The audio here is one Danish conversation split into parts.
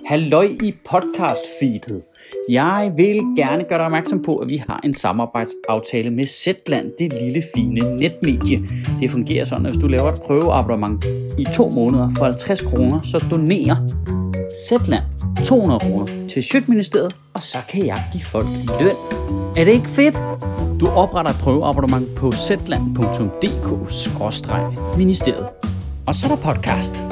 Halløj i podcast-feedet. Jeg vil gerne gøre dig opmærksom på, at vi har en samarbejdsaftale med Zetland, det lille fine netmedie. Det fungerer sådan, at hvis du laver et prøveabonnement i 2 måneder for 50 kroner, så donerer Zetland 200 kroner til Sjøtministeriet, og så kan jeg give folk løn. Er det ikke fedt? Du opretter et prøveabonnement på zetland.dk/ministeriet. Og så er der podcast.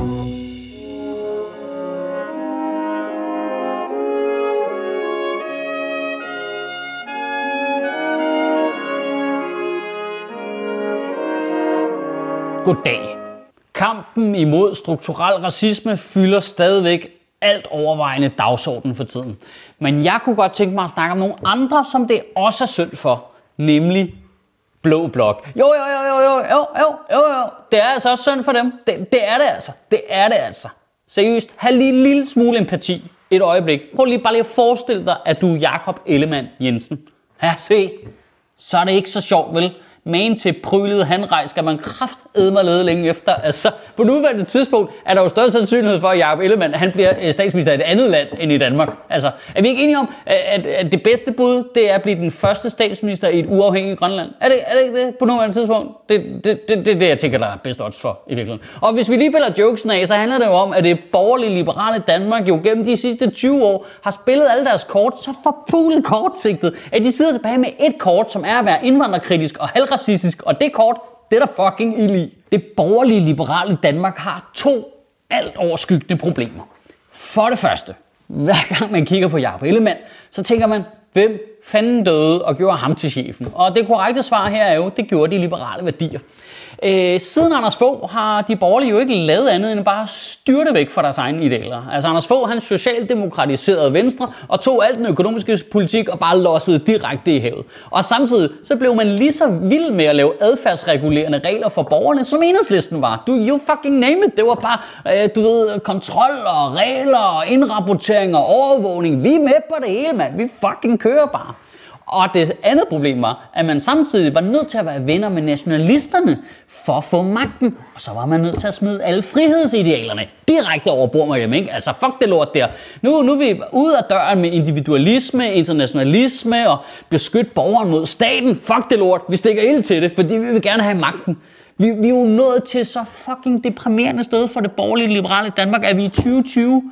Goddag. Kampen imod strukturel racisme fylder stadigvæk alt overvejende dagsordenen for tiden. Men jeg kunne godt tænke mig at snakke om nogle andre, som det også er synd for, nemlig Blå Blok. Jo. Det er altså også synd for dem. Det er det altså. Seriøst, have lige en lille smule empati et øjeblik. Prøv lige bare lige at forestille dig, at du er Jakob Ellemann-Jensen. Ja, se. Så er det ikke så sjovt, vel? Men til prylet handrej skal man kraftedme lede længe efter. Altså, på nuværende tidspunkt er der jo større sandsynlighed for, at Jakob Ellemann han bliver statsminister i et andet land end i Danmark. Altså, er vi ikke enige om, at det bedste bud, det er at blive den første statsminister i et uafhængigt Grønland? Er det ikke det på nuværende tidspunkt? Det, jeg tænker, der er bedst odds for i virkeligheden. Og hvis vi lige piller jokesen af, så handler det jo om, at det borgerlige liberale Danmark jo gennem de sidste 20 år har spillet alle deres kort så forpulet kortsigtet, at de sidder tilbage med et kort, som er at være indvandrerkritisk og halvracistisk, og det kort, det er der fucking ild i. Det borgerlige liberale Danmark har 2 alt overskyggende problemer. For det første, hver gang man kigger på Jakob Ellemann, så tænker man, hvem fanden døde og gjorde ham til chefen? Og det korrekte svar her er jo, det gjorde de liberale værdier. Siden Anders Fogh har de borgerlige jo ikke lavet andet end bare styrte væk fra deres egne idealer. Altså Anders Fogh, han socialdemokratiserede Venstre og tog alt den økonomiske politik og bare lossede direkte i havet. Og samtidig så blev man lige så vild med at lave adfærdsregulerende regler for borgerne, som Enhedslisten var. You fucking name it. Det var bare, kontrol og regler og indrapportering og overvågning. Vi er med på det hele, mand. Vi fucking kører bare. Og det andet problem var, at man samtidig var nødt til at være venner med nationalisterne for at få magten. Og så var man nødt til at smide alle frihedsidealerne direkte over bord med dem, ikke? Altså fuck det lort der. Nu er vi ude af døren med individualisme, internationalisme og beskytte borgeren mod staten. Fuck det lort. Vi stikker ild til det, fordi vi vil gerne have magten. Vi er jo nået til så fucking deprimerende sted for det borgerlige liberale Danmark, at vi i 2020...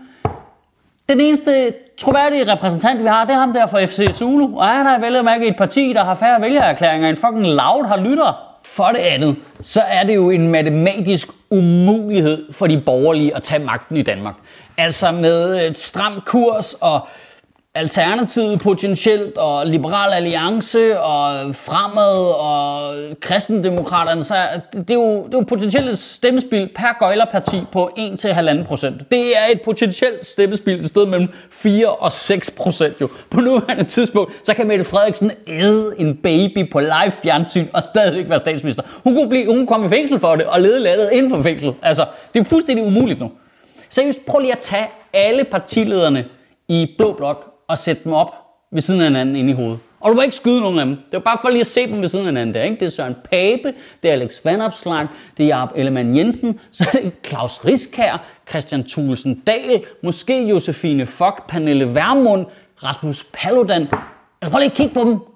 Den eneste troværdige repræsentant, vi har, det er ham der fra FC Zulu. Og han har vel at mærke et parti, der har færre vælgererklæringer end fucking Loud har lyttere. For det andet, så er det jo en matematisk umulighed for de borgerlige at tage magten i Danmark. Altså med stram kurs og Alternativet potentielt, og Liberal Alliance, og Fremad, og Kristendemokraterne, så det er jo potentielt et stemmespil per gøjlerparti på 1-1,5%. Det er et potentielt stemmespil et sted mellem 4 og 6% jo. På nuværende tidspunkt, så kan Mette Frederiksen æde en baby på live fjernsyn og stadigvæk være statsminister. Hun kunne komme i fængsel for det, og lede landet inden for fængsel. Altså, det er fuldstændig umuligt nu. Seriøst, prøv lige at tage alle partilederne i Blå Blok og sætte dem op ved siden af hinanden inde i hovedet. Og du må ikke skyde nogen af dem. Det er bare for lige at se dem ved siden af hinanden der, ikke? Det er Søren Pape, det er Alex Vanopslagh, det er Jakob Ellemann-Jensen, så er det Claus Riskær, Kristian Thulesen Dahl, måske Josefine Fock, Pernille Vermund, Rasmus Paludan. Altså prøv lige at kigge på dem.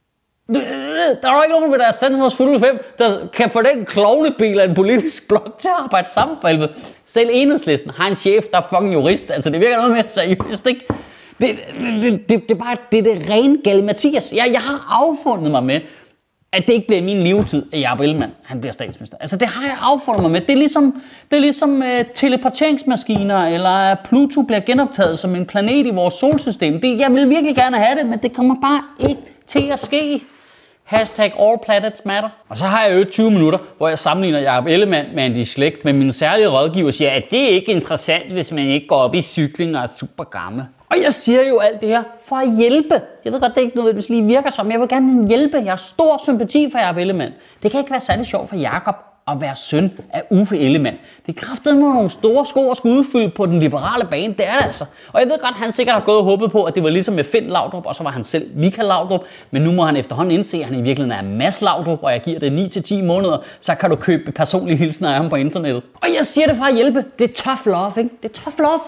Der er jo ikke nogen ved deres sensors fulde 5, der kan få den klovnebil af en politisk blok til at arbejde sammen for helvede. Selv Enhedslisten har en chef, der er fucking jurist. Altså det virker noget mere seriøst, ikke? Det er bare det rene gale Mathias. Jeg har affundet mig med, at det ikke bliver min levetid, at Jakob Ellemann han bliver statsminister. Altså det har jeg affundet mig med. Det er ligesom teleporteringsmaskiner, eller at Pluto bliver genoptaget som en planet i vores solsystem. Jeg vil virkelig gerne have det, men det kommer bare ikke til at ske. #all planets matter. Og så har jeg jo 20 minutter, hvor jeg sammenligner Jakob Ellemann med Andy Schleck, men min særlige rådgiver siger, at det er ikke interessant, hvis man ikke går op i cykling og er super gammel. Og jeg siger jo alt det her for at hjælpe. Jeg ved godt, det ikke nødvendigvis lige virker som. Jeg vil gerne hjælpe. Jeg har stor sympati for Jakob Ellemann. Det kan ikke være særlig sjovt for Jakob at være søn af Uffe Ellemann. Det er kraftedeme nogle store sko at skulle udfylde på den liberale bane. Det er det altså. Og jeg ved godt, han sikkert har gået og håbet på, at det var ligesom med Finn Laudrup, og så var han selv Michael Laudrup. Men nu må han efterhånden indse, at han i virkeligheden er Mads Laudrup, og jeg giver det 9-10 måneder, så kan du købe personlige hilsner af ham på internettet. Og jeg siger det for at hjælpe. Det er tough love, ikke? Det er tough love.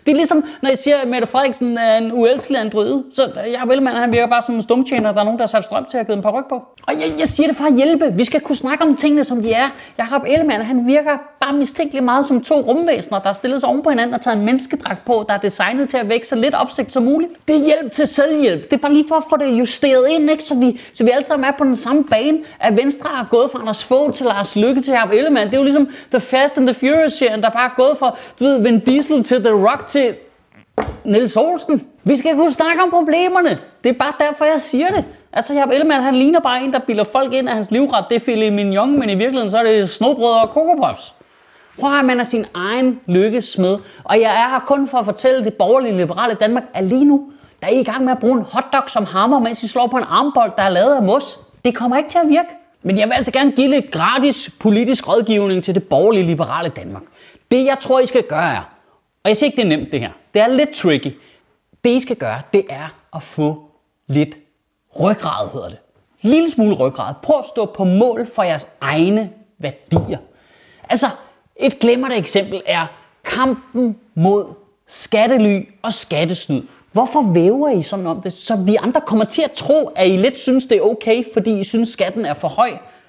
Det er ligesom, når jeg siger, at Mette Frederiksen er en uelskelig android. Så Jakob Ellemann, han virker bare som en stumtjener, der er nogen, der har sat strøm til at give en par ryg på. Og jeg siger det for at hjælpe. Vi skal kunne snakke om tingene, som de er. Jakob Ellemann, han virker bare mistænkeligt meget som to rumvæsener, der stillet sig oven på hinanden og taget en menneskedragt på, der er designet til at vække så lidt opsigt som muligt. Det er hjælp til selvhjælp. Det er bare lige for at få det justeret ind, ikke? Så vi alle sammen er på den samme bane, at Venstre har gået fra Anders Fogh til Lars Løkke til Jakob Ellemann. Det er jo ligesom The Fast and the Furious-serien, der bare er gået fra, Vin Diesel til The Rock til Niels Olsen. Vi skal kunne snakke om problemerne. Det er bare derfor, jeg siger det. Altså, Jakob Ellemann, han ligner bare en, der bilder folk ind af hans livret. Det er filet mignon, men i virkeligheden så er det snobrød og kokopops. Prøv at man er sin egen lykkesmed. Og jeg er her kun for at fortælle det borgerlige liberale Danmark, at lige nu, der er I gang med at bruge en hotdog som hammer, mens I slår på en armbold, der er lavet af mos. Det kommer ikke til at virke. Men jeg vil altså gerne give lidt gratis politisk rådgivning til det borgerlige liberale Danmark. Det jeg tror, I skal gøre er, og jeg siger ikke, det er nemt det her. Det er lidt tricky. Det I skal gøre, det er at få lidt ryggrad, hedder det. Lille smule ryggrad. Prøv at stå på mål for jeres egne værdier. Altså, et glimrende eksempel er kampen mod skattely og skattesnyd. Hvorfor væver I sådan om det, så vi andre kommer til at tro, at I lidt synes, det er okay, fordi I synes, skatten er for høj?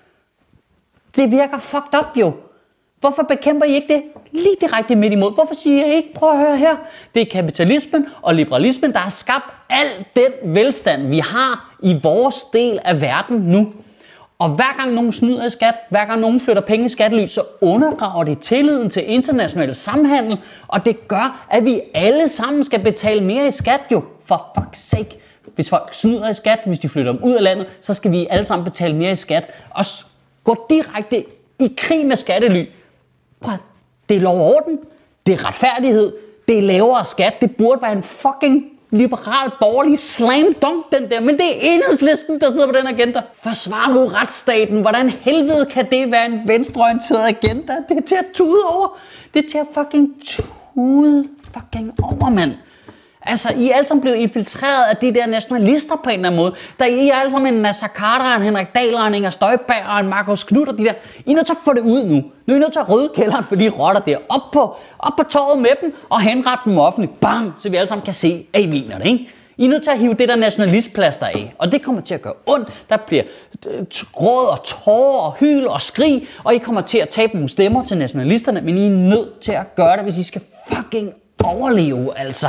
Det virker fucked up jo. Hvorfor bekæmper I ikke det lige direkte midt imod? Hvorfor siger I ikke, prøv at høre her, det er kapitalismen og liberalismen, der har skabt al den velstand, vi har i vores del af verden nu. Og hver gang nogen snyder i skat, hver gang nogen flytter penge i skattely, så undergraver det tilliden til international samhandel, og det gør, at vi alle sammen skal betale mere i skat jo, for fuck's sake. Hvis folk snyder i skat, hvis de flytter dem ud af landet, så skal vi alle sammen betale mere i skat, og gå direkte i krig med skattely. Det er lov og orden, det er retfærdighed, det er lavere skat, det burde være en fucking liberal, borgerlig slam dunk, den der. Men det er Enhedslisten, der sidder på den agenda. Forsvar nu retsstaten. Hvordan helvede kan det være en venstreorienteret agenda? Det er til at tude over. Det er til at fucking tude over, mand. Altså, I er alle sammen blevet infiltreret af de der nationalister på en eller anden måde. I er alle sammen en Naser Khader, en Henrik Dahl, en Inger Støjberg og en Markus Knudt og de der. I er nødt til at få det ud nu. Nu er I nødt til at rydde kælderen for de rotter der. Op på torvet med dem og henrette dem offentligt. Bang! Så vi alle sammen kan se, at I mener det, ikke? I er nødt til at hive det der nationalistplaster af. Og det kommer til at gøre ondt. Der bliver gråd og tårer og hyl og skrig. Og I kommer til at tabe nogle stemmer til nationalisterne. Men I er nødt til at gøre det, hvis I skal fucking overleve, altså.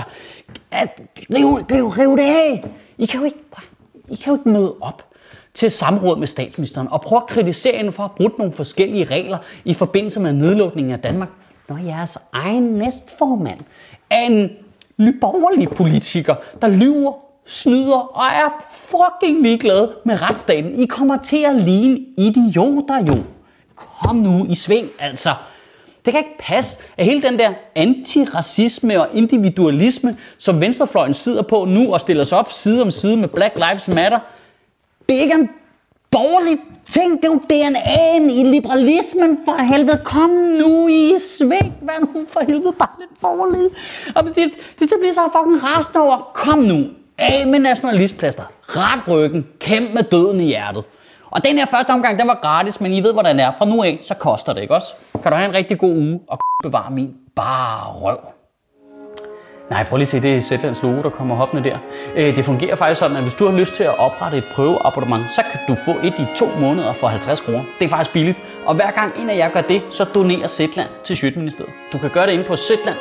Riv det af. I kan jo ikke møde op til samråd med statsministeren og prøve at kritisere hende for at have brudt nogle forskellige regler i forbindelse med nedlukningen af Danmark, når jeres egen næstformand er en nyborgerlig politiker, der lyver, snyder og er fucking ligeglad med retsstaten. I kommer til at ligne idioter jo. Kom nu i sving, altså. Det kan ikke passe, at hele den der antiracisme og individualisme, som venstrefløjen sidder på nu og stiller sig op side om side med Black Lives Matter, det er ikke en borgerlig ting. Det er jo DNA'en i liberalismen, for helvede. Kom nu i sving. Vær nu for helvede bare lidt borgerlig. Og det bliver så fucking rasende over. Kom nu af med nationalistplaster. Ret ryggen. Kæmp med døden i hjertet. Og den her første omgang, den var gratis, men I ved, hvordan det er. Fra nu af, så koster det, ikke også? Kan du have en rigtig god uge og bevare min bare røv. Nej, prøv lige at se, det er Zetlands logo, der kommer hoppende der. Det fungerer faktisk sådan, at hvis du har lyst til at oprette et prøveabonnement, så kan du få et i 2 måneder for 50 kroner. Det er faktisk billigt. Og hver gang en af jer gør det, så donerer Zetland til Sjøtministeriet. Du kan gøre det inde på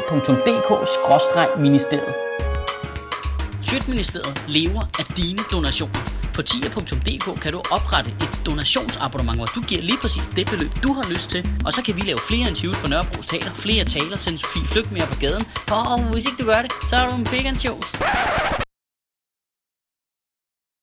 zetland.dk/ministeriet. Sjøtministeriet lever af dine donationer. På tier.dk kan du oprette et donationsabonnement, hvor du giver lige præcis det beløb, du har lyst til. Og så kan vi lave flere interviews på Nørrebros Teater, flere taler, sende Sofie Flygt mere på gaden. Og hvis ikke du gør det, så er du en vegan shows.